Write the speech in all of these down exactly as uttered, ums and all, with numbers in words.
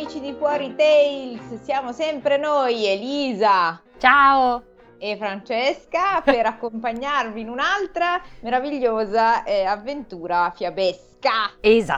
amici di Fuori Tales, siamo sempre noi, Elisa Ciao! e Francesca, per accompagnarvi in un'altra meravigliosa eh, avventura fiabesca.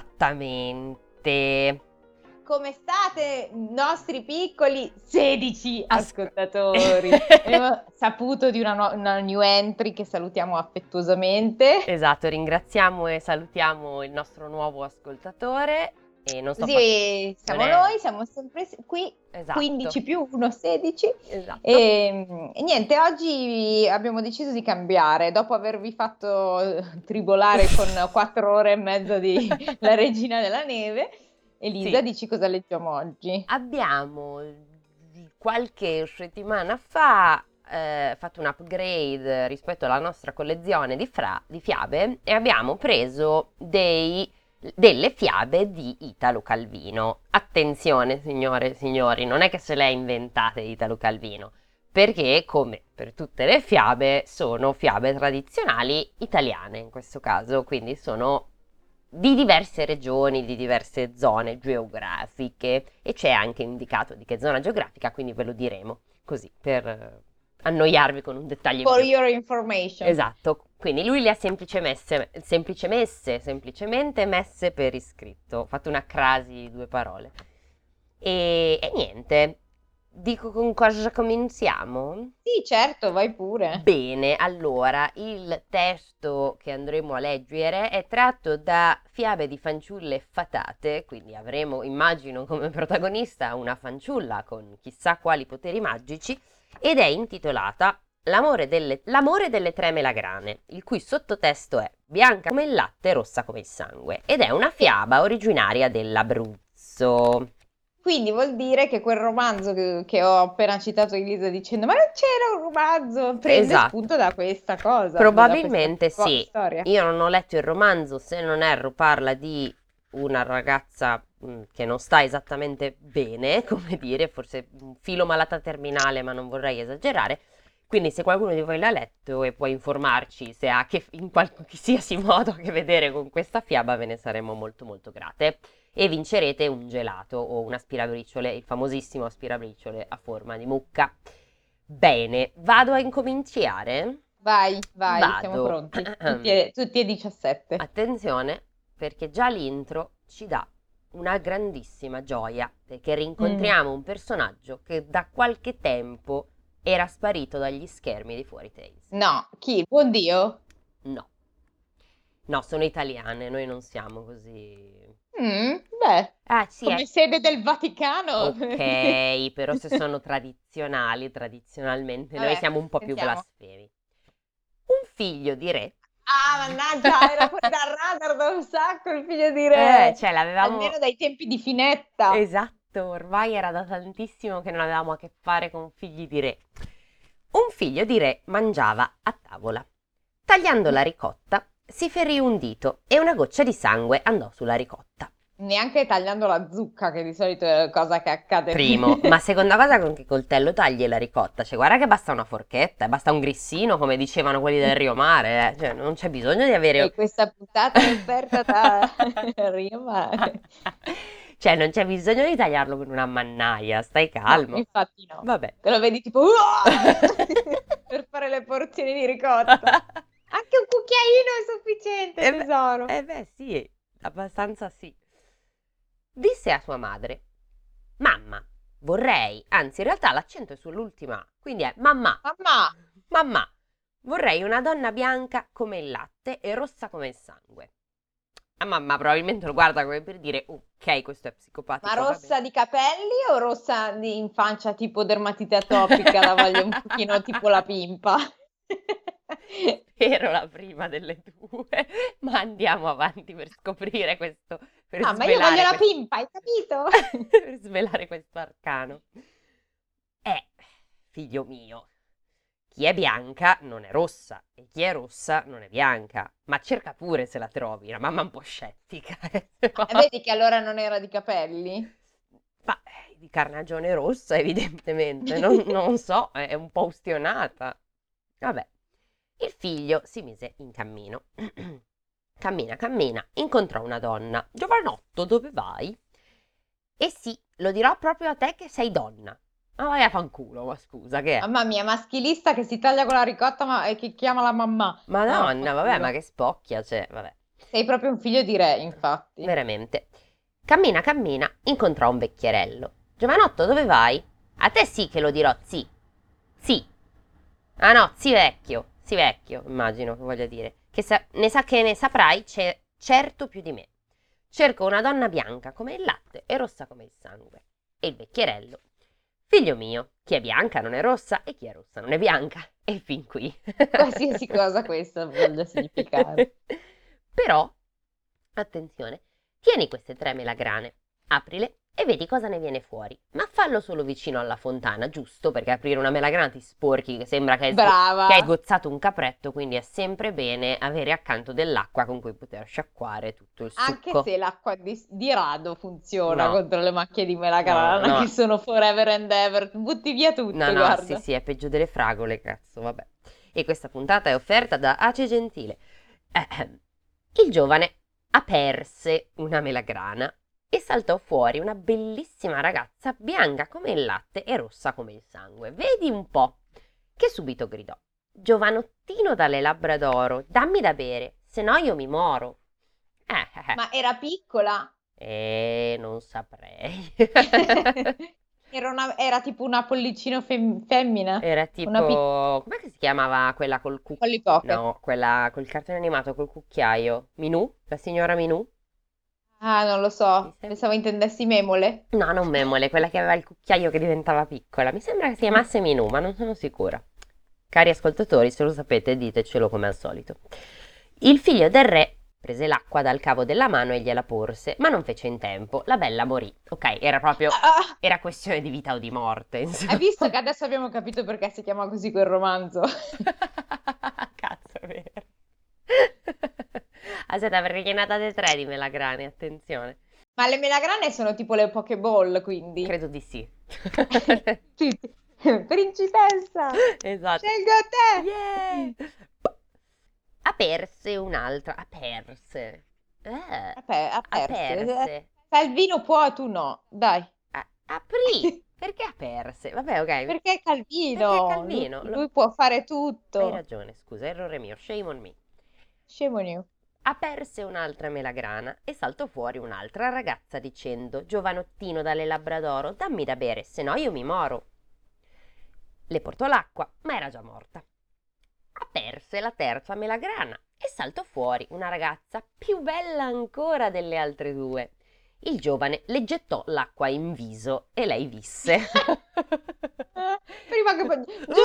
Esattamente. Come state, nostri piccoli sedici As- ascoltatori? Abbiamo saputo di una, nu- una new entry che salutiamo affettuosamente. Esatto, ringraziamo e salutiamo il nostro nuovo ascoltatore. E non sto fa- Così siamo non è- noi, siamo sempre s- qui, Esatto. quindici più uno, sedici. Esatto. E, e niente, oggi abbiamo deciso di cambiare, dopo avervi fatto eh, tribolare con quattro ore e mezza di La Regina della Neve. Elisa, Sì. dici cosa leggiamo oggi? Abbiamo di qualche settimana fa eh, fatto un upgrade rispetto alla nostra collezione di, fra- di fiabe e abbiamo preso dei delle fiabe di Italo Calvino. Attenzione, signore e signori, non è che se le ha inventate Italo Calvino, perché come per tutte le fiabe sono fiabe tradizionali italiane in questo caso, quindi sono di diverse regioni, di diverse zone geografiche e c'è anche indicato di che zona geografica, quindi ve lo diremo così per eh, annoiarvi con un dettaglio in For più. your information. Esatto, quindi lui le ha semplice messe, semplice messe, semplicemente messe per iscritto. Ho fatto una crasi di due parole. E, e niente, dico con cosa cominciamo? Sì, certo, vai pure. Bene, allora, il testo che andremo a leggere è tratto da Fiabe di fanciulle fatate, quindi avremo, immagino, come protagonista una fanciulla con chissà quali poteri magici, ed è intitolata L'amore delle, L'amore delle tre melagrane, il cui sottotesto è bianca come il latte, rossa come il sangue, ed è una fiaba originaria dell'Abruzzo. Quindi vuol dire che quel romanzo che, che ho appena citato Elisa dicendo ma non c'era un romanzo, prende Esatto. spunto da questa cosa. Probabilmente da questa sì. storia. Io non ho letto il romanzo, se non erro parla di una ragazza mh, che non sta esattamente bene, come dire, forse un filo malata terminale, ma non vorrei esagerare. Quindi se qualcuno di voi l'ha letto e può informarci se ha che, in qualsiasi modo a che vedere con questa fiaba, ve ne saremo molto molto grate. E vincerete un gelato o un aspirabriciole, il famosissimo aspirabriciole a forma di mucca. Bene, vado a incominciare? Vai, vai, Vado. siamo pronti. Tutti e, tutti e diciassette. Attenzione, perché già l'intro ci dà una grandissima gioia, perché rincontriamo un personaggio che da qualche tempo era sparito dagli schermi di Fuori Tales. No, chi? Il buon Dio? No. No, sono italiane, noi non siamo così. Mm, beh, Ah, sì, come è. sede del Vaticano. Ok, però se sono tradizionali, tradizionalmente noi Vabbè, siamo un po' più sentiamo. blasfemi. Un figlio di re. Ah, mannaggia, era fuori dal radar da un sacco il figlio di re. Eh, cioè l'avevamo. Almeno dai tempi di Finetta. Esatto, ormai era da tantissimo che non avevamo a che fare con figli di re. Un figlio di re mangiava a tavola. Tagliando la ricotta, si ferì un dito e una goccia di sangue andò sulla ricotta. Neanche tagliando la zucca, che di solito è la cosa che accade. Primo, ma seconda cosa, con che coltello tagli la ricotta? Cioè, guarda che basta una forchetta, basta un grissino, come dicevano quelli del Rio Mare, eh. Cioè, non c'è bisogno di avere. E questa puntata è offerta da Rio Mare. Cioè, non c'è bisogno di tagliarlo con una mannaia, stai No, calmo. infatti no. Vabbè. Te lo vedi tipo per fare le porzioni di ricotta. Anche un cucchiaino è sufficiente, Eh beh, tesoro. eh beh, sì, abbastanza sì. Disse a sua madre: Mamma, vorrei, anzi in realtà l'accento è sull'ultima A, quindi è mamma, Mamma, mamma, vorrei una donna bianca come il latte e rossa come il sangue. La mamma probabilmente lo guarda come per dire, ok, questo è psicopatico. ma va rossa di capelli o rossa di in faccia tipo dermatite atopica? La voglio un pochino tipo la pimpa. bene. Spero la prima delle due, ma andiamo avanti per scoprire questo, per Ah, ma io svelare voglio la questo- pimpa, hai capito? per svelare questo arcano. Eh, figlio mio, chi è bianca non è rossa e chi è rossa non è bianca, ma cerca pure se la trovi, la mamma è un po' scettica. eh. E vedi che allora non era di capelli? Ma eh, di carnagione rossa evidentemente, non, non so, è un po' ustionata. Vabbè, il figlio si mise in cammino. Cammina, cammina, incontrò una donna. Giovanotto, dove vai? E sì, lo dirò proprio a te che sei donna. Ma vai a fanculo, ma scusa, che è? Mamma mia, maschilista che si taglia con la ricotta ma, e che chiama la mamma. Ah, Madonna, vabbè, ma vaffanculo. che spocchia, cioè, vabbè. Sei proprio un figlio di re, infatti. Veramente. Cammina, cammina, incontrò un vecchierello. Giovanotto, dove vai? A te sì che lo dirò, sì. Sì. Ah no, sì vecchio, sì vecchio, immagino che voglia dire. Che sa- ne sa che ne saprai ce- certo più di me. Cerco una donna bianca come il latte e rossa come il sangue. E il vecchierello. Figlio mio, chi è bianca non è rossa e chi è rossa non è bianca. E fin qui. Qualsiasi cosa questo voglia significare. Però, attenzione, tieni queste tre melagrane, aprile e vedi cosa ne viene fuori. Ma fallo solo vicino alla fontana, giusto? Perché aprire una melagrana ti sporchi, che sembra che hai, sgo- che hai Brava. gozzato un capretto, quindi è sempre bene avere accanto dell'acqua con cui poter sciacquare tutto il Anche succo. se l'acqua di, di rado funziona No, contro le macchie di no, melagrana, no, che sono forever and ever. Butti via no, tutto, no, sì, guarda. sì, è peggio delle fragole, cazzo, vabbè. E questa puntata è offerta da Ace Gentile. Ehem. Il giovane aperse una melagrana e saltò fuori una bellissima ragazza bianca come il latte e rossa come il sangue. Vedi un po', che subito gridò. Giovanottino dalle labbra d'oro, dammi da bere, se no io mi moro. Eh, eh, eh. Ma era piccola? Eh, non saprei. Era, una- era tipo una pollicino fem- femmina? Era Una piccola tipo, com'è che si chiamava quella col cucchiaio? Polly Pocket. No, quella col cartone animato col cucchiaio. Minù? La signora Minù? Ah, non lo Mi so. sem- Pensavo intendessi memole. No, non Memole, quella che aveva il cucchiaio che diventava piccola. Mi sembra che si chiamasse Minù, ma non sono sicura. Cari ascoltatori, se lo sapete, ditecelo come al solito. Il figlio del re prese l'acqua dal cavo della mano e gliela porse, ma non fece in tempo. La bella morì. Ok, era proprio... Ah, era questione di vita o di morte, hai insomma. visto che adesso abbiamo capito perché si chiama così quel romanzo? Cazzo, è vero. Aspetta, perché gliene ha date tre di melagrane, attenzione. Ma le melagrane sono tipo le Pokéball, quindi. Credo di sì. Sì. Principessa, Esatto. scelgo Yeah! te. Aperse un'altra. Aperse. Eh, Ape- aperse. aperse. Calvino può, tu no. Dai. A- aprì. Perché aperse? Vabbè, ok. Perché è Perché è Calvino, lui, Calvino. Lo- lui può fare Hai tutto. ragione, scusa, errore mio. Shame on me. Scemo new. Aperse un'altra melagrana e saltò fuori un'altra ragazza dicendo: Giovanottino dalle labbra d'oro, dammi da bere, se no io mi moro. Le portò l'acqua, ma era già morta. Aperse la terza melagrana e saltò fuori una ragazza più bella ancora delle altre due. Il giovane le gettò l'acqua in viso e lei visse. Prima che poi...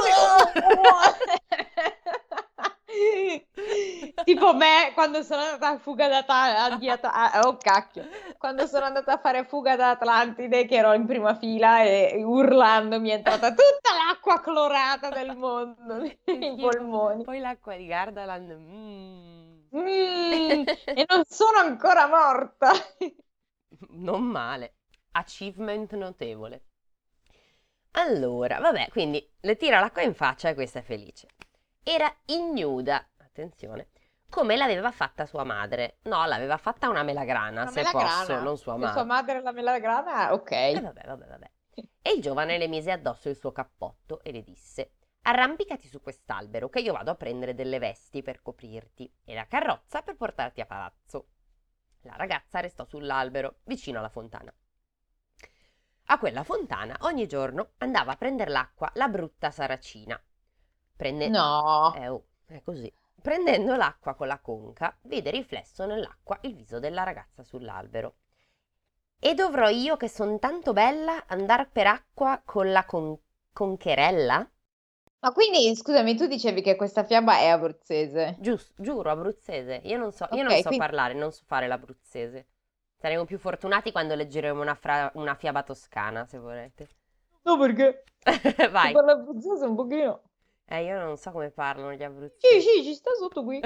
Tipo me quando sono andata a fuga da Ta- di At- ah, oh cacchio, quando sono andata a fare fuga da Atlantide che ero in prima fila e urlando mi è entrata tutta l'acqua clorata del mondo Che nei schifo. polmoni. Poi l'acqua di Gardaland. mm. Mm, e non sono ancora morta. Non male. Achievement notevole. Allora, vabbè, quindi le tira l'acqua in faccia e questa è felice. Era ignuda, attenzione, come l'aveva fatta sua madre. No, l'aveva fatta una melagrana, Una se posso, melagrana. non sua Se sua madre. madre è la melagrana, ok. E vabbè, vabbè, vabbè. E il giovane le mise addosso il suo cappotto e le disse: Arrampicati su quest'albero che io vado a prendere delle vesti per coprirti e la carrozza per portarti a palazzo. La ragazza restò sull'albero, vicino alla fontana. A quella fontana ogni giorno andava a prendere l'acqua la brutta Saracina. Prende... No. Eh, oh, è così. Prendendo l'acqua con la conca, vede riflesso nell'acqua il viso della ragazza sull'albero. E dovrò io, che son tanto bella, andar per acqua con la con- concherella? Ma quindi, scusami, tu dicevi che questa fiaba è abruzzese. Gius- giuro, abruzzese. Io non so, io non Ok, so quindi... parlare, non so fare l'abruzzese. Saremo più fortunati quando leggeremo una, fra- una fiaba toscana, se volete. No, perché se Vai. parla abruzzese un pochino. Eh, io non so come parlano gli Sì, abruzzesi. sì, ci sta sotto qui.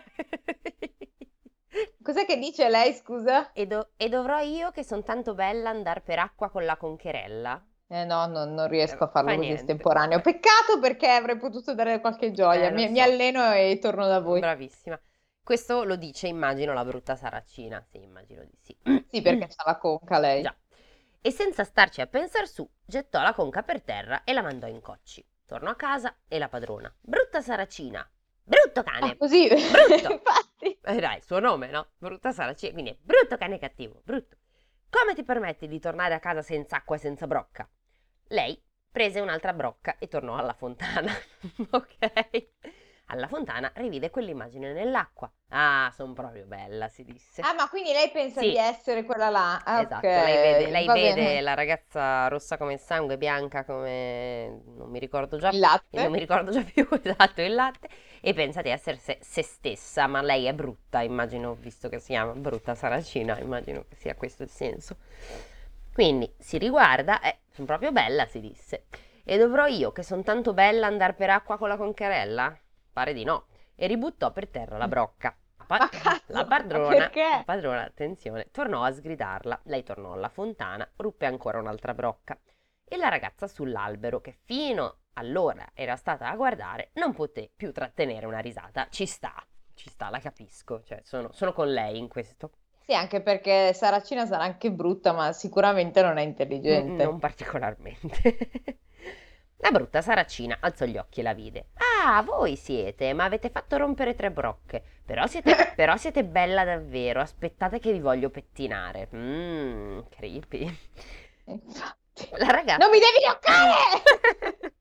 Cos'è che dice lei, scusa? E, do- e dovrò io, che son tanto bella, andar per acqua con la concherella? Eh no, no, non riesco a Eh, farlo fa così niente. estemporaneo. Peccato perché avrei potuto dare qualche gioia. Eh, lo Mi, mi so. alleno e torno da voi. Bravissima. Questo lo dice, immagino, la brutta Saracina. Sì, immagino di sì. Sì, perché c'ha la conca lei. Già. e senza starci a pensar su, gettò la conca per terra e la mandò in cocci. Tornò a casa e la padrona: brutta Saracina, brutto cane, Ah, così, brutto. infatti. Era il suo nome, no? Brutta Saracina, quindi è brutto cane cattivo, brutto. Come ti permetti di tornare a casa senza acqua e senza brocca? Lei prese un'altra brocca e tornò alla fontana. Ok? Alla fontana rivide quell'immagine nell'acqua. Ah, son proprio bella, si disse. Ah, ma quindi lei pensa di Sì, essere quella là? Ah, esatto, lei vede, ok, lei va vede bene. la ragazza rossa come il sangue, bianca come... non mi ricordo già, Il non mi latte? ricordo già più esatto il latte, e pensa di essere se, se stessa, ma lei è brutta, immagino, visto che si chiama brutta Saracina, immagino che sia questo il senso. Quindi si riguarda, eh, sono proprio bella, si disse. E dovrò io, che son tanto bella, andar per acqua con la concherella? Pare di no. E ributtò per terra la brocca. Pa- Ma la cazzo, ma padrona, la perché? padrona, attenzione, tornò a sgridarla. Lei tornò alla fontana, ruppe ancora un'altra brocca. E la ragazza sull'albero, che fino allora era stata a guardare, non poté più trattenere una risata. Ci sta, ci sta, la capisco, cioè sono, sono con lei in questo. Sì, anche perché Saracina sarà anche brutta, ma sicuramente non è N- non intelligente. particolarmente. La brutta Saracina alzò gli occhi e la vide. Ah, voi siete, ma avete fatto rompere tre brocche. Però siete, però siete bella davvero. Aspettate che vi voglio pettinare. Mmm, creepy. Infatti. La ragazza... Non mi devi toccare!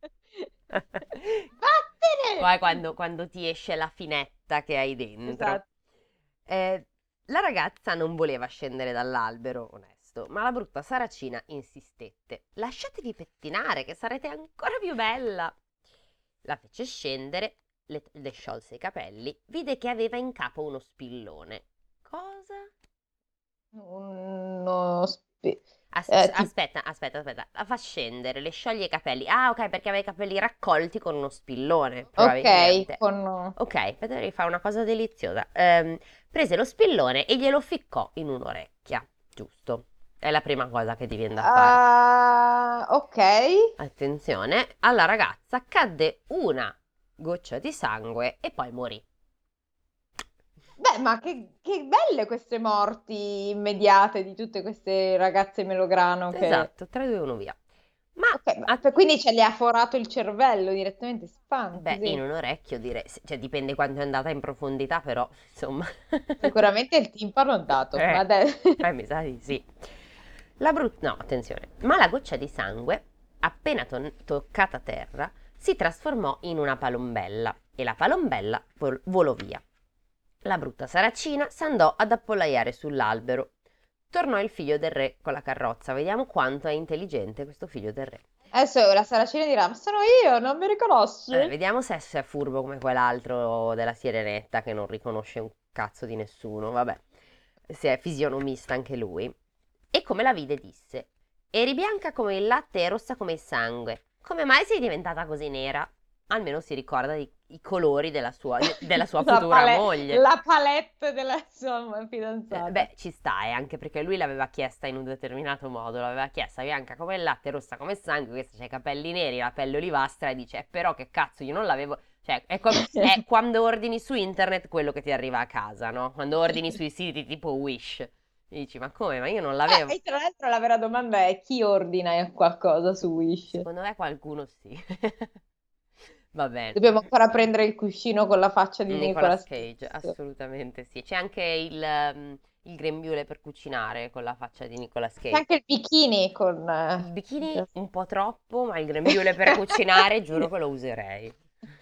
Poi Vattene! quando, quando ti esce la finetta che hai dentro. Esatto. Eh, la ragazza non voleva scendere dall'albero, onesto, ma la brutta Saracina insistette. Lasciatevi pettinare, che sarete ancora più bella. La fece scendere, le, le sciolse i capelli, vide che aveva in capo uno spillone. Cosa? Uno spi- As- eh, ti- aspetta, aspetta, aspetta. La fa scendere, le scioglie i capelli. Ah, ok, perché aveva i capelli raccolti con uno spillone, Ok, probabilmente. con... Ok, potrei fare una cosa deliziosa. Ehm, prese lo spillone e glielo ficcò in un'orecchia. Giusto. È la prima cosa che ti viene da fare. Ah, ok. Attenzione, alla ragazza cadde una goccia di sangue e poi morì. Beh, ma che, che belle queste morti immediate di tutte queste ragazze melograno che... Esatto, tre, due, uno, via. Ma Ok, ma a- per- quindi ce le ha forato il cervello direttamente, spam, beh, in così. un orecchio direi, cioè dipende quanto è andata in profondità, però insomma. Sicuramente il timpano è dato, ma Eh, adesso... eh, mi sa di sì. La brutta... No, attenzione. Ma la goccia di sangue, appena to- toccata terra, si trasformò in una palombella e la palombella vol- volò via. La brutta Saracina s'andò ad appollaiare sull'albero. Tornò il figlio del re con la carrozza. Vediamo quanto è intelligente questo figlio del re. Adesso la Saracina dirà, ma sono io, non mi riconosci? Eh, vediamo se è furbo come quell'altro della Sirenetta che non riconosce un cazzo di nessuno. Vabbè, se è fisionomista anche lui. E come la vide disse: eri bianca come il latte e rossa come il sangue. Come mai sei diventata così nera? Almeno si ricorda i, i colori della sua, della sua La, futura pale- moglie. la palette della sua Eh, fidanzata. beh, ci sta, eh, anche perché lui l'aveva chiesta in un determinato modo, l'aveva chiesta bianca come il latte, rossa come il sangue, questa c'ha i capelli neri, la pelle olivastra, e dice, "Eh, però che cazzo, io non l'avevo... Cioè, è, com- è quando ordini su internet quello che ti arriva a casa, no? Quando ordini sui siti tipo Wish, e dici, ma come, ma io non l'avevo... Eh, e tra l'altro la vera domanda è chi ordina qualcosa su Wish? Secondo me qualcuno sì. Va bene. Dobbiamo ancora prendere il cuscino con la faccia di Nicolas Nicolas Cage, Cage. assolutamente sì. C'è anche il, ehm, il grembiule per cucinare con la faccia di Nicolas C'è Cage. anche il bikini con... Il eh, bikini un po' troppo, ma il grembiule per cucinare giuro che lo userei.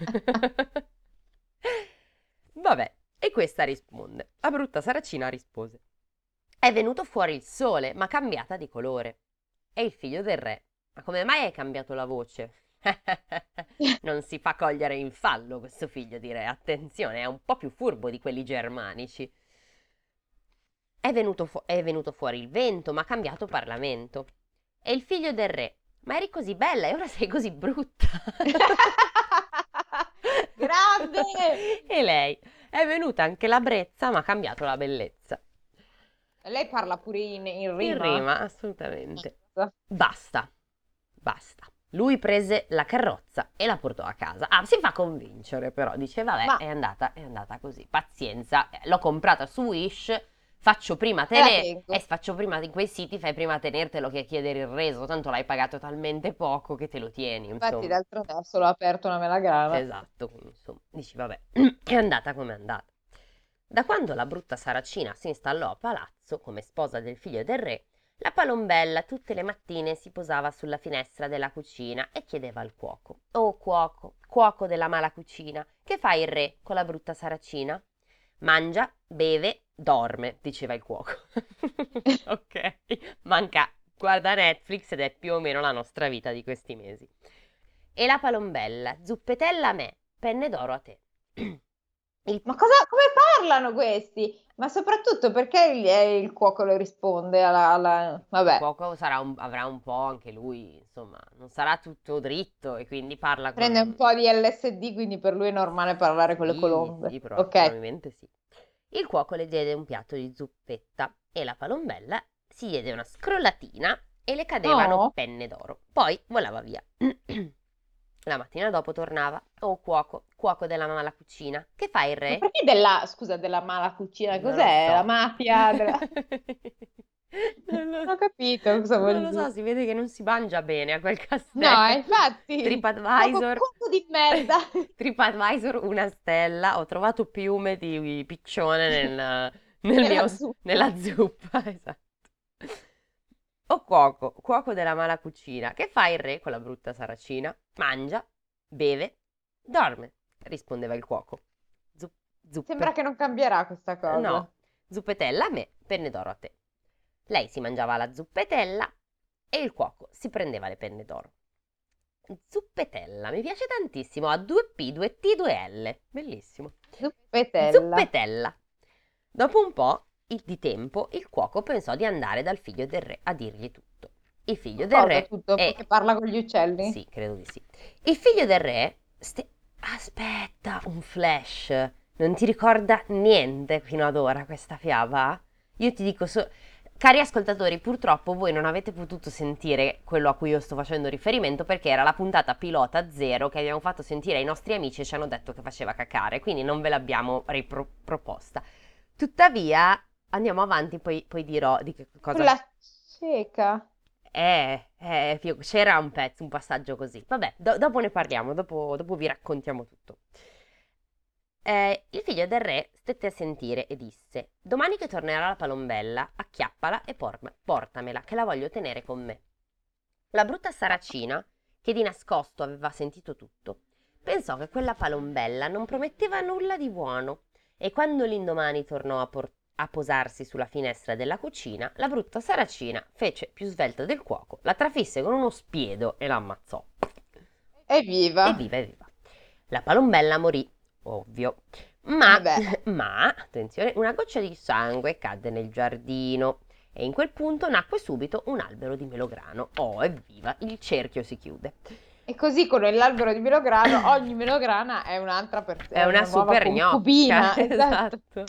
Vabbè, e questa risponde. La brutta Saracina rispose: è venuto fuori il sole, ma cambiata di colore. E il figlio del re: ma come mai hai cambiato la voce? Non si fa cogliere in fallo questo figlio di re, attenzione, è un po' più furbo di quelli germanici. È venuto, fu- è venuto fuori il vento, ma ha cambiato parlamento. E il figlio del re: ma eri così bella e ora sei così brutta. Grande! E lei: è venuta anche la brezza, ma ha cambiato la bellezza. Lei parla pure in, in In rima. rima, assolutamente. Basta, basta. Lui prese la carrozza e la portò a casa. Ah, si fa convincere però, dice vabbè, Ma è andata, è andata così. Pazienza, eh, l'ho comprata su Wish, faccio prima Me la tenere, tengo. e faccio prima in quei siti, fai prima tenertelo che chiedere il reso, tanto l'hai pagato talmente poco che te lo tieni, Infatti insomma. d'altronde ho solo aperto una melagrana. Esatto, quindi insomma, dici vabbè, è andata come è andata. Da quando la brutta Saracina si installò a palazzo come sposa del figlio del re, la Palombella tutte le mattine si posava sulla finestra della cucina e chiedeva al cuoco: «Oh cuoco, cuoco della mala cucina, che fa il re con la brutta Saracina?» «Mangia, beve, dorme», diceva il cuoco. Ok, manca, guarda Netflix ed è più o meno la nostra vita di questi mesi. E la Palombella: «Zuppetella a me, penne d'oro a te». Il Ma cosa, come parlano questi? Ma soprattutto perché il, eh, il cuoco lo risponde alla, alla- Il Vabbè, cuoco sarà un- avrà un po' anche lui, insomma, non sarà tutto dritto e quindi parla prende un con... po' di L S D, quindi per lui è normale parlare con le Sì, colombe. sì, proba- Ok. probabilmente sì. Il cuoco le diede un piatto di zuppetta e la Palombella si diede una scrollatina e le cadevano No. penne d'oro. Poi volava via. La mattina dopo tornava. «Oh cuoco, cuoco della mala cucina, che fa il Ma re?» perché della, scusa, della mala cucina? Non lo Cos'è? La so. mafia? della- Non lo, Non ho capito cosa non vuol lo so, dire. si vede che non si mangia bene a quel No, castello. infatti, cuoco, TripAdvisor. cuoco di merda. TripAdvisor una stella. Ho trovato piume di piccione nel, nel mio, Nella zuppa. nella zuppa. Esatto. O cuoco, cuoco della mala cucina, che fa il re con la brutta Saracina? «Mangia, beve, dorme», rispondeva il cuoco. Zu- Sembra zuppe. che non cambierà questa cosa. No, zuppetella a me, penne d'oro a te. Lei si mangiava la zuppetella e il cuoco si prendeva le penne d'oro. Zuppetella, mi piace tantissimo, ha due P, due T, due L, bellissimo. Zuppetella. Zuppetella. Dopo un po' il- di tempo, il cuoco pensò di andare dal figlio del re a dirgli tutto. Il figlio del Cosa re tutto? è... Che parla con gli uccelli? Sì, credo di sì. Il figlio del re... ste- Aspetta, un flash. Non ti ricorda niente fino ad ora questa fiaba? Io ti dico... so- Cari ascoltatori, purtroppo voi non avete potuto sentire quello a cui io sto facendo riferimento perché era la puntata pilota zero che abbiamo fatto sentire ai nostri amici e ci hanno detto che faceva cacare, quindi non ve l'abbiamo riproposta. Tuttavia, andiamo avanti, poi, poi dirò di che cosa... Quella cieca. Eh, eh, fio- c'era un pezzo, un passaggio così. Vabbè, do- dopo ne parliamo, dopo, dopo vi raccontiamo tutto. Eh, il figlio del re stette a sentire e disse: «Domani che tornerà la Palombella, acchiappala e por- portamela, che la voglio tenere con me». La brutta Saracina, che di nascosto aveva sentito tutto, pensò che quella Palombella non prometteva nulla di buono e quando l'indomani tornò a, por- a posarsi sulla finestra della cucina, la brutta Saracina fece più svelta del cuoco, la trafisse con uno spiedo e la ammazzò. Evviva. Evviva, evviva. La Palombella morì, ovvio, ma, Vabbè. ma, attenzione, una goccia di sangue cadde nel giardino e in quel punto nacque subito un albero di melograno. Oh, evviva, il cerchio si chiude. E così con l'albero di melograno, ogni melograna è un'altra persona, È una nuova super concubina. gnocca, Esatto. esatto.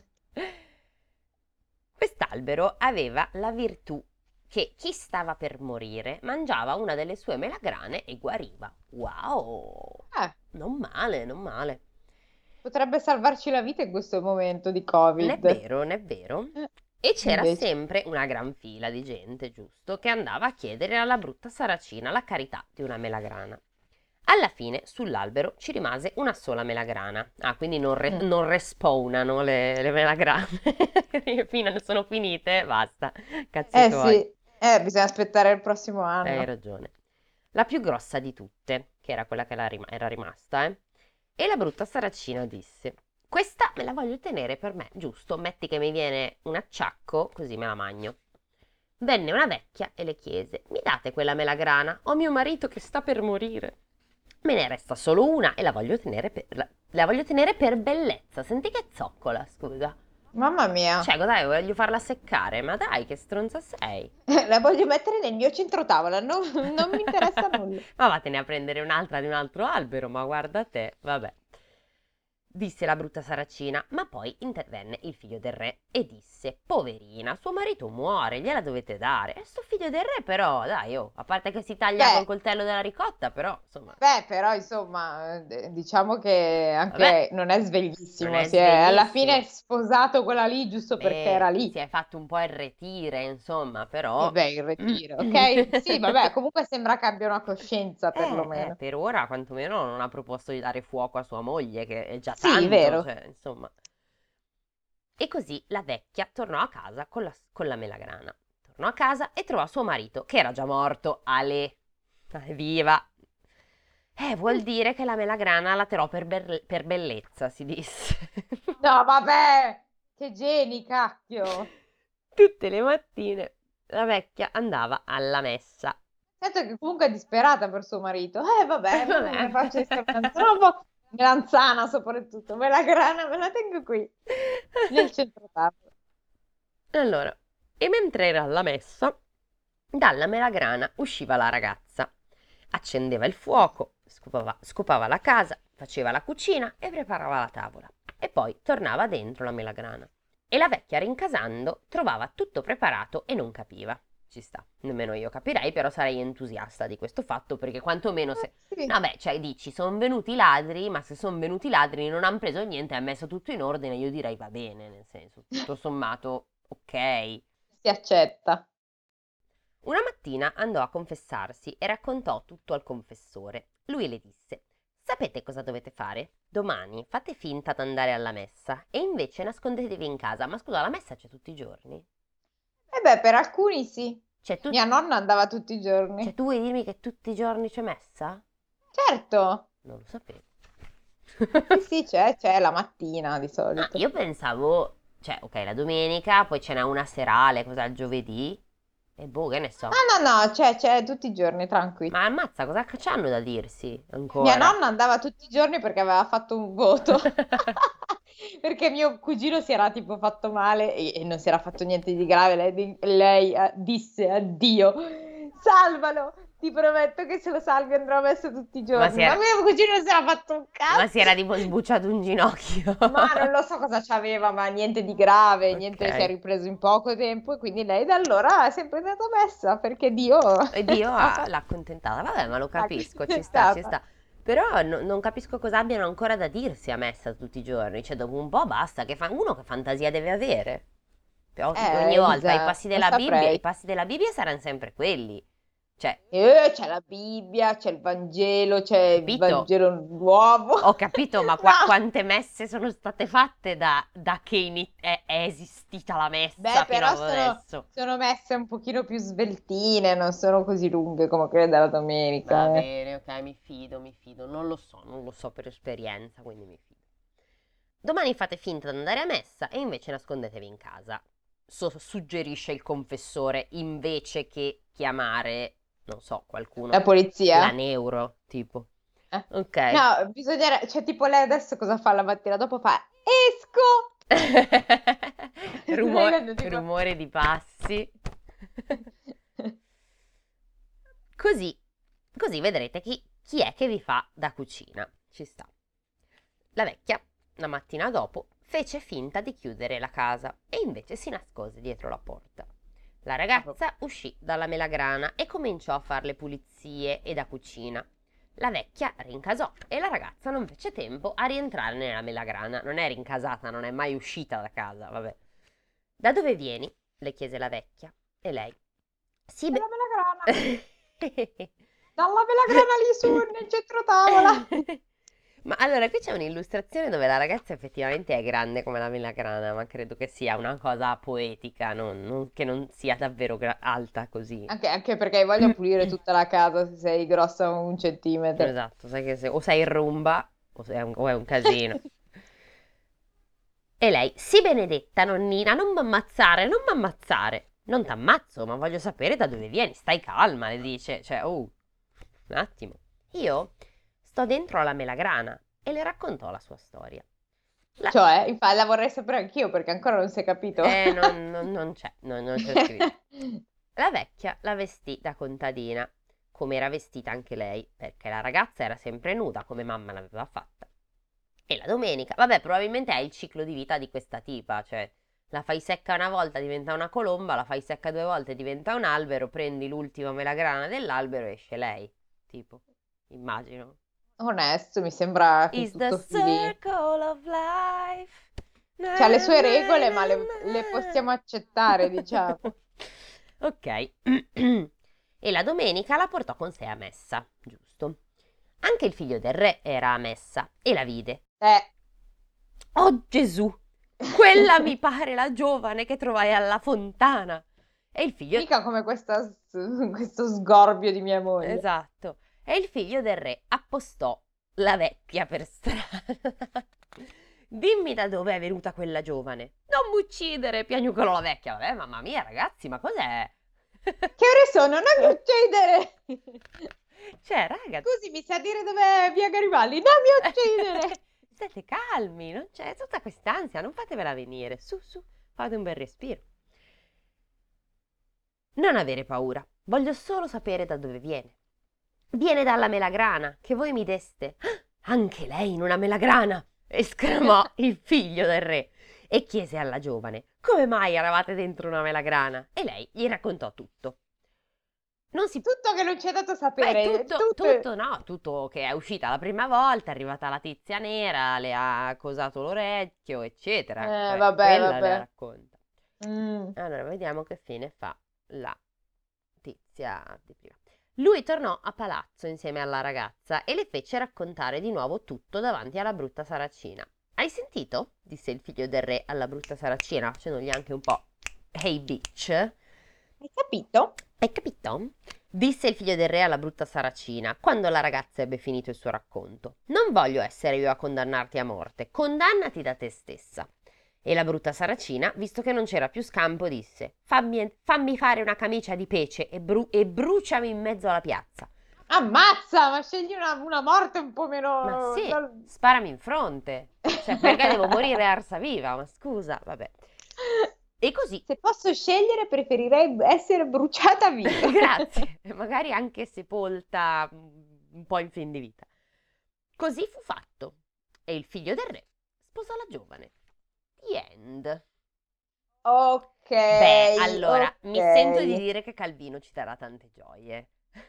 Quest'albero aveva la virtù che chi stava per morire mangiava una delle sue melagrane e guariva. Wow! Eh, Non male, non male. potrebbe salvarci la vita in questo momento di Non è Covid. vero, non è vero. Eh, E c'era invece. sempre una gran fila di gente, giusto, che andava a chiedere alla brutta Saracina la carità di una melagrana. Alla fine, sull'albero ci rimase una sola melagrana. Ah, quindi non, re- Mm. non respawnano le, le melagrane. Fino- sono finite, basta. Cazzi Eh tuoi. sì, eh, bisogna aspettare il prossimo Hai anno. ragione. La più grossa di tutte, che era quella che era rim- era rimasta, eh. E la brutta Saracina disse: «Questa me la voglio tenere per me, giusto? Metti che mi viene un acciacco, così me la magno». Venne una vecchia e le chiese: «Mi date quella melagrana? Ho mio marito che sta per morire. Me ne resta solo una e la voglio tenere per, la, la voglio tenere per bellezza». Senti che zoccola, scusa. Mamma mia, Cioè, dai, voglio farla seccare, ma dai, che stronza sei. la voglio mettere nel mio centro tavola, non, non mi interessa nulla. Ma vattene a prendere un'altra di un altro albero, ma guarda te, vabbè. disse la brutta saracina, ma poi intervenne il figlio del re e disse: poverina, suo marito muore, gliela dovete dare. E sto figlio del re però, dai, oh, a parte che si taglia Beh, col coltello della ricotta, però, insomma, beh, però insomma, eh, diciamo che vabbè, anche non è non sveglissimo, è si è alla fine sveglissimo. sposato quella lì giusto perché Beh, era si lì. è fatto un po' irretire, insomma, E però... beh, il ritiro, ok? Sì, vabbè, comunque sembra che abbia una coscienza Eh, eh, perlomeno. per ora quantomeno non ha proposto di dare fuoco a sua moglie, che è già Sì, tanto, vero. cioè, insomma. E così la vecchia tornò a casa con la, con la melagrana. Tornò a casa e trovò suo marito, che era già morto. Ale, viva! Eh, vuol dire che la melagrana la terrò per, ber- per bellezza, si disse. No, vabbè, che geni, cacchio. Tutte le mattine la vecchia andava alla messa. Certo che comunque è disperata per suo marito. Eh, vabbè, mo non mi faccio Vabbè. stare troppo. Melanzana soprattutto, me la grana me la tengo qui, nel centro tavola. Allora, e mentre era alla messa, dalla melagrana usciva la ragazza. Accendeva il fuoco, scopava, scopava la casa, faceva la cucina e preparava la tavola. E poi tornava dentro la melagrana. E la vecchia, rincasando, trovava tutto preparato e non capiva. Ci sta, nemmeno io capirei, però sarei entusiasta di questo fatto perché quantomeno se... Eh, sì. Vabbè, cioè dici, sono venuti i ladri, ma se sono venuti i ladri non hanno preso niente, hanno messo tutto in ordine, io direi va bene, nel senso, tutto sommato, ok. Si accetta. Una mattina andò a confessarsi e raccontò tutto al confessore. Lui le disse: sapete cosa dovete fare? Domani fate finta d'andare alla messa e invece nascondetevi in casa. Ma scusa, la messa c'è tutti i giorni? E beh, per alcuni sì. Cioè tu, Mia nonna andava tutti i cioè, giorni. tu vuoi dirmi che tutti i giorni c'è messa? Certo. Non lo sapevo. Sì, sì, c'è, c'è la mattina di Ah, solito. io pensavo, cioè, ok, la domenica, poi ce n'è una serale, cos'è il giovedì? E boh, che ne so. Ah, no, no, c'è, c'è tutti i giorni, tranqui. Ma ammazza, cosa c'hanno da dirsi Mia ancora? nonna andava tutti i giorni perché aveva fatto un voto. Perché mio cugino si era tipo fatto male e, e non si era fatto niente di grave. Lei, di- lei, eh, disse a Dio: salvalo, ti prometto che se lo salvi andrò a messa tutti i Ma si giorni. Ma era, mio cugino non si era fatto un ma si era cazzo. tipo sbucciato un ginocchio. Ma non lo so cosa c'aveva, ma niente di grave, niente, si è Ok. ripreso in poco tempo e quindi lei da allora è sempre andata a messa perché Dio E Dio ha- l'ha accontentata. Vabbè, ma lo l'ha capisco, ci sta, ci accontentata. sta. Però no- non capisco cosa abbiano ancora da dirsi a messa tutti i giorni. Cioè, dopo un po' basta. Che fa- uno che fantasia deve avere? Però ogni Eh, volta i Elisa, passi non della Bibbia, i saprei. passi della Bibbia saranno sempre quelli. Cioè, Eh, c'è la Bibbia, c'è il Vangelo, c'è il capito? Vangelo nuovo. Ho capito, ma qua- No. quante messe sono state fatte da, da che ini- è, è esistita la messa Beh, fino però ad sono, adesso? sono messe un pochino più sveltine, non sono così lunghe come quelle della Va domenica. Eh. bene, ok, mi fido, mi fido. Non lo so, non lo so per esperienza, quindi mi fido. Domani fate finta di andare a messa e invece nascondetevi in casa. So- suggerisce il confessore invece che chiamare, non so, La qualcuno, la polizia? neuro, tipo. Eh. Ok. No, bisogna, cioè tipo lei adesso cosa fa la mattina dopo? Fa, esco! Lei Rumo- quando tipo... rumore di passi. Così, così vedrete chi, chi è che vi fa da cucina. Ci sta. La vecchia, la mattina dopo, fece finta di chiudere la casa e invece si nascose dietro la porta. La ragazza uscì dalla melagrana e cominciò a fare le pulizie e da cucina. La vecchia rincasò e la ragazza non fece tempo a rientrare nella melagrana. Non è rincasata, non è mai uscita da casa, vabbè. Da dove vieni? Le chiese la vecchia. E lei? Sì, Dalla beh. melagrana, dalla melagrana lì su nel centro tavola. Ma allora, qui c'è un'illustrazione dove la ragazza effettivamente è grande come la melagrana, ma credo che sia una cosa poetica, non- non- che non sia davvero gra- alta così. Anche, anche perché hai voglia di pulire tutta la casa se sei grossa un centimetro. Esatto, sai che se o sei in rumba o, sei un, o è un casino. E lei, sì benedetta nonnina, non m'ammazzare, non m'ammazzare. Non t'ammazzo, ma voglio sapere da dove vieni, stai calma, le dice. Cioè, oh, un attimo. Io sto dentro alla melagrana e le raccontò la sua storia. La... Cioè, infatti, la vorrei sapere anch'io perché ancora non si è capito. Eh, non, non- non c'è, non, non c'è scritto. La vecchia la vestì da contadina, come era vestita anche lei, perché la ragazza era sempre nuda, come mamma l'aveva fatta. E la domenica, vabbè, probabilmente è il ciclo di vita di questa tipa, cioè la fai secca una volta diventa una colomba, la fai secca due volte diventa un albero, prendi l'ultima melagrana dell'albero e esce lei, tipo, immagino. Onesto, mi sembra che Is the tutto fili. circle of life. C'ha le Na, sue na, regole, na, ma le, le na. possiamo accettare, diciamo. Ok. E la domenica la portò con sé a messa, giusto? Anche il figlio del re era a messa e la vide. Eh. Oh Gesù! Quella mi pare la giovane che trovai alla fontana. E il figlio... Mica come questa, questo sgorbio di mia moglie. Esatto. E il figlio del re appostò la vecchia per strada. Dimmi da dove è venuta quella giovane. Non mi uccidere, piagnucolò la vecchia. Vabbè, mamma mia, ragazzi, ma cos'è? Che ore sono? Non mi uccidere! Cioè, raga... Scusi, mi sa dire dov'è via Garibaldi? Non mi uccidere! State calmi, non c'è tutta quest'ansia, non fatevela venire. Su, su, fate un bel respiro. Non avere paura, voglio solo sapere da dove viene. Viene dalla melagrana che voi mi deste. Ah, anche lei in una melagrana! Esclamò il figlio del re e chiese alla giovane come mai eravate dentro una melagrana e lei gli raccontò tutto. Non si... Tutto che non ci è dato Beh, sapere. tutto, tutto- tutto, no, tutto che è uscita la prima volta, è arrivata la tizia nera, le ha cosato l'orecchio, eccetera. Eh, Cioè, vabbè, quella le vabbè. racconta. Mm. Allora, vediamo che fine fa la tizia di prima. Lui tornò a palazzo insieme alla ragazza e le fece raccontare di nuovo tutto davanti alla brutta saracina. Hai sentito? Disse il figlio del re alla brutta saracina, facendogli anche un po' hey bitch. Hai capito? Hai capito? Disse il figlio del re alla brutta saracina, quando la ragazza ebbe finito il suo racconto. Non voglio essere io a condannarti a morte, condannati da te stessa. E la brutta saracina, visto che non c'era più scampo, disse: Fammi, fammi fare una camicia di pece e, bru- e bruciami in mezzo alla piazza. Ammazza, ma scegli una, una morte un po' meno... Ma sì, non- sparami in fronte. Cioè, perché devo morire arsa viva? Ma scusa, vabbè. E così, Se posso scegliere, preferirei essere bruciata viva. grazie, e magari anche sepolta mm, un po' in fin di vita. Così fu fatto. E il figlio del re sposò la giovane. The end. Ok. Beh, allora, mi ok. sento di dire che Calvino ci darà tante gioie.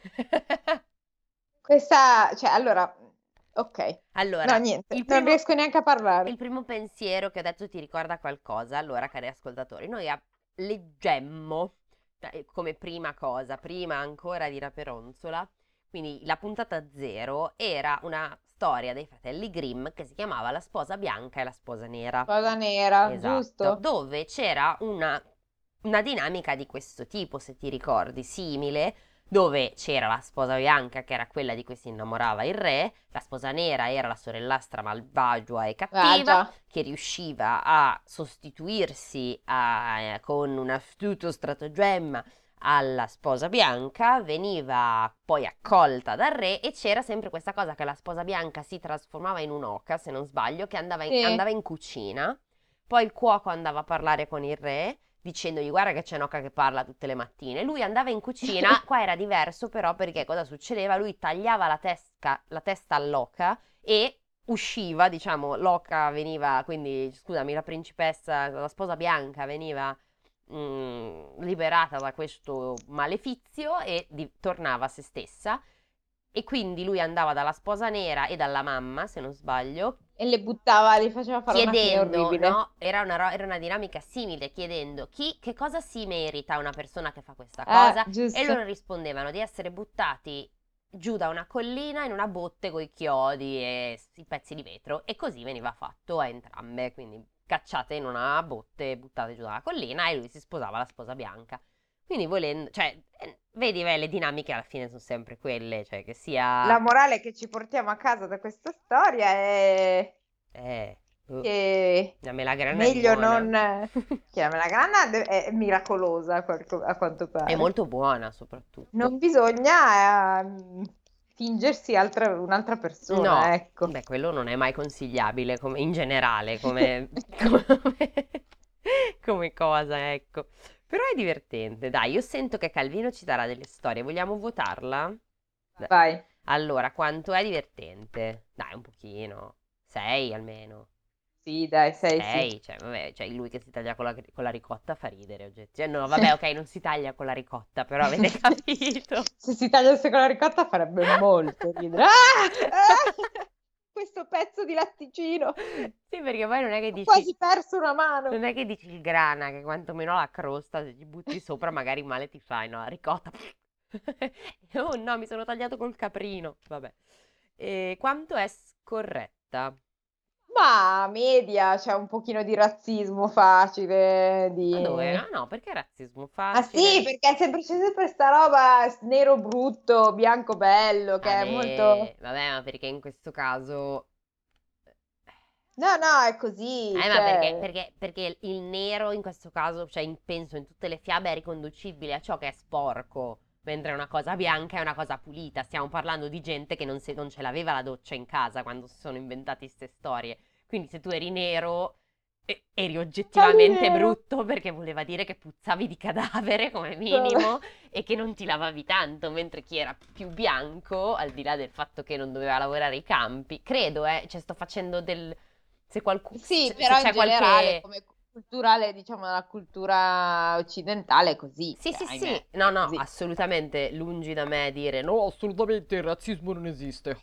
Questa, cioè, allora, ok. Allora, No, niente, il non primo, riesco neanche a parlare. il primo pensiero che ho detto ti ricorda qualcosa? Allora, cari ascoltatori, noi a- leggemmo eh, come prima cosa, prima ancora di Raperonzola, quindi la puntata zero era una storia dei fratelli Grimm che si chiamava La sposa bianca e la sposa nera. Cosa nera, Esatto, giusto? dove c'era una, una dinamica di questo tipo, se ti ricordi, simile, dove c'era la sposa bianca che era quella di cui si innamorava il re, la sposa nera era la sorellastra malvagia e Ah, cattiva già. che riusciva a sostituirsi a- eh, con un astuto stratagemma alla sposa bianca, veniva poi accolta dal re e c'era sempre questa cosa che la sposa bianca si trasformava in un'oca, se non sbaglio, che andava in, Sì. andava in cucina, poi il cuoco andava a parlare con il re dicendogli guarda che c'è un'oca che parla tutte le mattine, lui andava in cucina, qua era diverso però perché cosa succedeva? Lui tagliava la, tesca, la testa all'oca e usciva, diciamo, l'oca veniva, quindi scusami, la principessa, la sposa bianca veniva mm, liberata da questo malefizio e di- tornava a se stessa. E quindi lui andava dalla sposa nera e dalla mamma, se non sbaglio, E le buttava, li faceva fare una fine chiedendo, orribile. no? Era una, ro- era una dinamica simile, chiedendo chi, che cosa si merita una persona che fa questa Eh, cosa. E giusto. loro rispondevano di essere buttati giù da una collina in una botte con i chiodi e s- i pezzi di vetro. E così veniva fatto a entrambe, quindi cacciate in una botte, buttate giù dalla collina e lui si sposava la sposa bianca. Quindi volendo, cioè, eh, vedi, beh, le dinamiche alla fine sono sempre quelle, cioè che sia... La morale che ci portiamo a casa da questa storia è Eh, uh, che la melagrana è meglio buona. non... Che la melagrana de- è miracolosa a qualco- a quanto È pare. molto buona soprattutto. Non bisogna ehm, fingersi altra- un'altra persona, No, ecco. beh, quello non è mai consigliabile come, in generale, come, come, come cosa, ecco. Però è divertente, dai, io sento che Calvino ci darà delle storie, vogliamo votarla? Beh, Vai. allora, quanto è divertente? Dai, un pochino. sei almeno. Sì, dai, sei, sì. sei, cioè, vabbè, cioè lui che si taglia con la, con la ricotta fa ridere, oggetti. Cioè, no, vabbè, ok, non si taglia con la ricotta, però avete capito. Se si tagliasse con la ricotta farebbe molto ridere. Ah! Ah! Questo pezzo di latticino. Sì, perché poi non è che Ho dici, quasi perso una mano. non è che dici il grana, che quantomeno la crosta, se ci butti sopra magari male ti fai, no, la ricotta. Oh no, mi sono tagliato col caprino, vabbè. E quanto è scorretta? Ma media, c'è un pochino di razzismo facile. Di... Ma dove? Ah no, perché razzismo Ah facile? sì, perché è sempre, c'è sempre sta roba s- nero brutto, bianco bello, che è molto... Vabbè, vabbè, ma perché in questo caso... No, no, è così, Eh, ma perché, cioè... perché, perché il nero in questo caso, cioè in- penso in tutte le fiabe, è riconducibile a ciò che è sporco, mentre una cosa bianca è una cosa pulita. Stiamo parlando di gente che non, se- non ce l'aveva la doccia in casa quando si sono inventati queste storie. Quindi se tu eri nero, e- eri Cali oggettivamente nero. brutto perché voleva dire che puzzavi di cadavere come Vabbè. minimo e che non ti lavavi tanto, mentre chi era più bianco, al di là del fatto che non doveva lavorare i campi, credo, eh, cioè sto facendo del... Se, qualcu- Sì, se, se però in c'è generale, qualche... come culturale, diciamo, nella cultura occidentale è così, Sì, cioè, sì, sì, ahimè, no, è no, così. assolutamente lungi da me dire no, assolutamente il razzismo non esiste.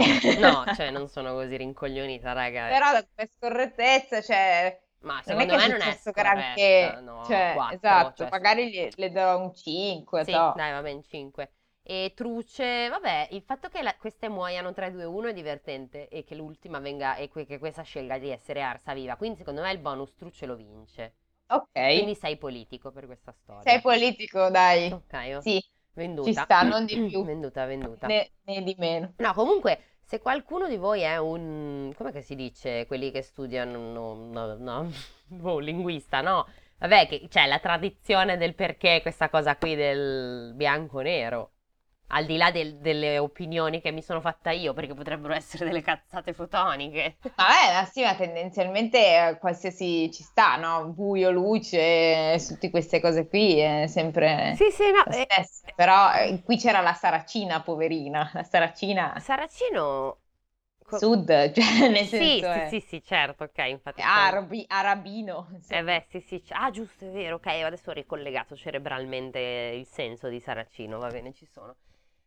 No, cioè non sono così rincoglionita, raga. Però da come scorrettezza, cioè, Ma non è secondo che è me non è successo scorretta, granché, no, cioè, quattro, esatto, cioè su- magari le, le do un cinque, sì, to. dai, va bene, cinque. E truce, vabbè, il fatto che la- queste muoiano tre, due, uno è divertente e che l'ultima venga e que- che questa scelga di essere arsa viva. Quindi secondo me il bonus truce lo vince. Ok, Quindi sei politico per questa sei storia. politico, dai, Ok, oh, sì, ci venduta. sta, non di più, Venduta, venduta. né, né di meno. No, comunque, se qualcuno di voi è un... come che si dice? Quelli che studiano... No, no, no, boh, linguista, no? Vabbè, che c'è la tradizione del perché questa cosa qui del bianco-nero. Al di là del- delle opinioni che mi sono fatta io, perché potrebbero essere delle cazzate fotoniche. Vabbè, ma sì, ma tendenzialmente eh, qualsiasi ci sta, no? Buio, luce, tutte queste cose qui è sempre Sì, sì, no. lo eh, stesso. Però eh, qui c'era la Saracina, poverina, la Saracina Saracino... co- sud, cioè nel Sì, senso sì, è sì, sì, certo, ok, infatti stavo... arabi, arabino, Eh insomma. beh, sì, sì. c- Ah, giusto, è vero. Ok, adesso ho ricollegato cerebralmente il senso di Saracino. Va bene, ci sono.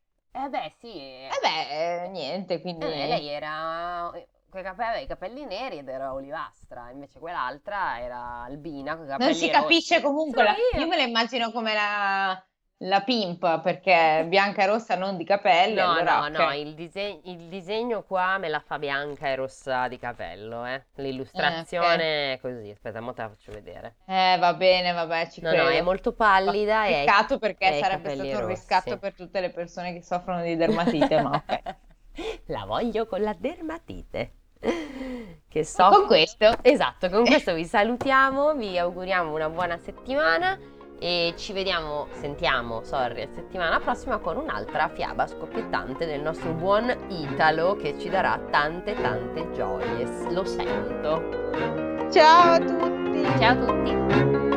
Eh beh, sì. E Eh beh, eh, niente, beh, quindi... lei era... Coi capelli, aveva i capelli neri ed era olivastra. Invece quell'altra era albina con i Non capelli si capisce rossi. comunque, Sono la- io io. me la immagino come la, la pimp, perché bianca e rossa non di capelli, No, allora no, no, ok. il diseg- il disegno qua me la fa bianca e rossa di capello, eh. Eh, ok. L'illustrazione è così. Aspetta, mo te la faccio vedere. Eh, va bene, vabbè, ci No, no, è credo. molto Va- pallida e ha i Peccato e perché ha i sarebbe capelli stato un riscatto rossi. per tutte le persone che soffrono di dermatite, ma ok. La voglio con la dermatite. Che E con soffro. questo, Esatto, con questo vi salutiamo, vi auguriamo una buona settimana e ci vediamo, sentiamo, sorry, la settimana prossima con un'altra fiaba scoppiettante del nostro buon Italo che ci darà tante tante gioie. Lo sento. ciao a tutti! Ciao a tutti!